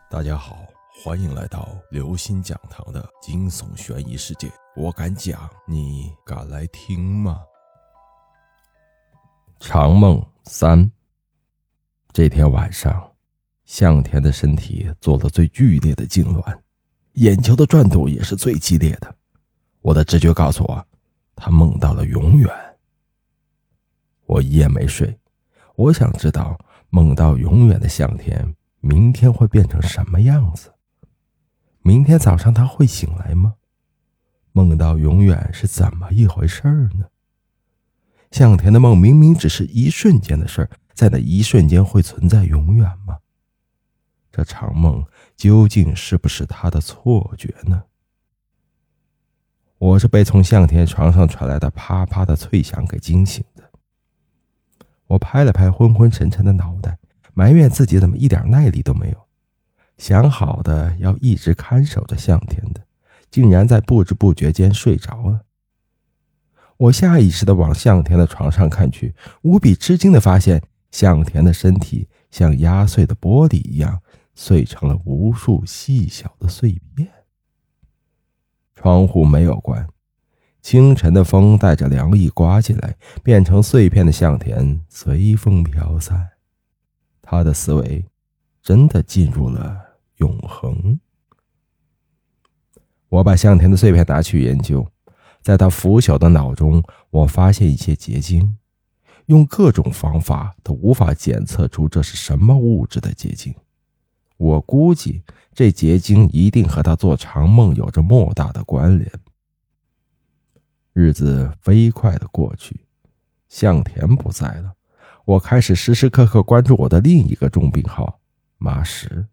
大家好，欢迎来到刘星讲堂的惊悚悬疑世界。我敢讲，你敢来听吗？长梦3。这天晚上，向田的身体做了最剧烈的痉挛，眼球的转动也是最激烈的。我的直觉告诉我，他梦到了永远。我一夜没睡，我想知道梦到永远的向田明天会变成什么样子。明天早上他会醒来吗？梦到永远是怎么一回事呢？向田的梦明明只是一瞬间的事，在那一瞬间会存在永远吗？这场梦究竟是不是他的错觉呢？我是被从向田床上传来的啪啪的脆响给惊醒的。我拍了拍昏昏沉沉的脑袋，埋怨自己怎么一点耐力都没有。想好的要一直看守着向田的，竟然在不知不觉间睡着了。我下意识地往向田的床上看去，无比吃惊地发现向田的身体像压碎的玻璃一样碎成了无数细小的碎片。窗户没有关，清晨的风带着凉意刮进来，变成碎片的向田随风飘散。他的思维真的进入了永恒。我把向田的碎片拿去研究，在他腐朽的脑中，我发现一些结晶，用各种方法都无法检测出这是什么物质的结晶。我估计这结晶一定和他做长梦有着莫大的关联。日子飞快地过去，向田不在了，我开始时时刻刻关注我的另一个重病号麻石。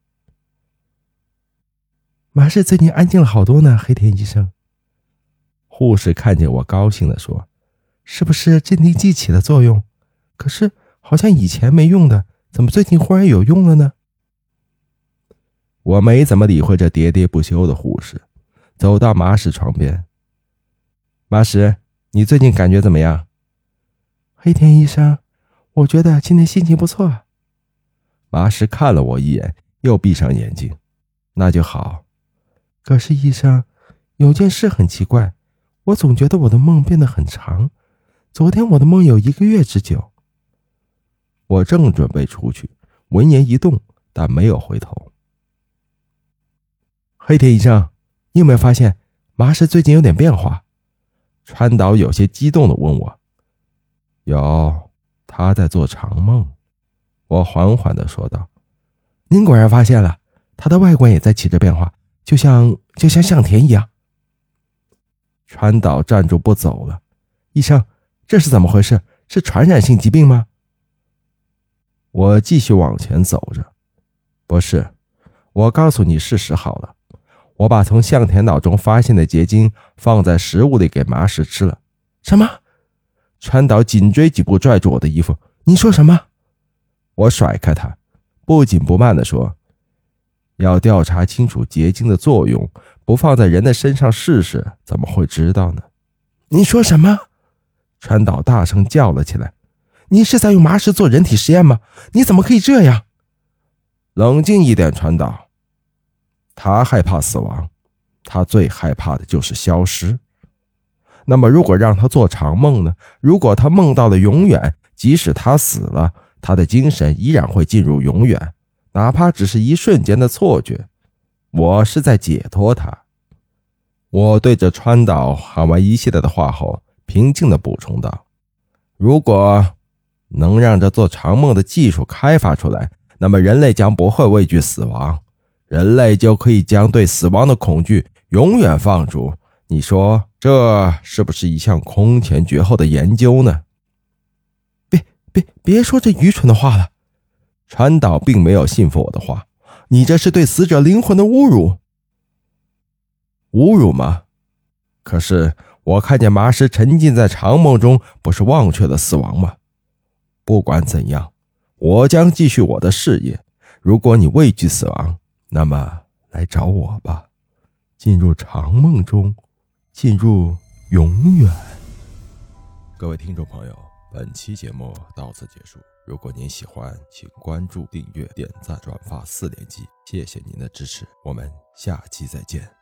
麻石最近安静了好多呢，黑田医生。护士看见我高兴地说，是不是镇定剂起了作用？可是好像以前没用的，怎么最近忽然有用了呢？我没怎么理会这喋喋不休的护士，走到麻石床边。麻石，你最近感觉怎么样？黑田医生，我觉得今天心情不错。麻石看了我一眼，又闭上眼睛。那就好。可是医生，有件事很奇怪，我总觉得我的梦变得很长。昨天我的梦有1个月之久。我正准备出去，闻言一动，但没有回头。黑田医生，你有没有发现麻石最近有点变化？川岛有些激动地问我。有，他在做长梦。我缓缓地说道。您果然发现了，他的外观也在起着变化，就像向田一样。川岛站住不走了。医生，这是怎么回事？是传染性疾病吗？我继续往前走着。不是，我告诉你事实好了。我把从向田脑中发现的结晶放在食物里给麻石吃了。什么？川岛紧追几步拽住我的衣服。你说什么？我甩开他，不紧不慢地说，要调查清楚结晶的作用，不放在人的身上试试，怎么会知道呢？你说什么？川岛大声叫了起来。你是在用麻石做人体实验吗？你怎么可以这样？冷静一点，川岛。他害怕死亡，他最害怕的就是消失。那么如果让他做长梦呢？如果他梦到了永远，即使他死了，他的精神依然会进入永远，哪怕只是一瞬间的错觉。我是在解脱他。我对着川岛喊完一系列的话后，平静地补充道，如果能让这做长梦的技术开发出来，那么人类将不会畏惧死亡，人类就可以将对死亡的恐惧永远放逐。你说这是不是一项空前绝后的研究呢？别说这愚蠢的话了。川岛并没有信服我的话。你这是对死者灵魂的侮辱。侮辱吗？可是我看见麻石沉浸在长梦中，不是忘却了死亡吗？不管怎样，我将继续我的事业。如果你畏惧死亡，那么来找我吧，进入长梦中，进入永远。各位听众朋友，本期节目到此结束。 如果您喜欢，请关注、订阅、点赞、转发4连击，谢谢您的支持，我们下期再见。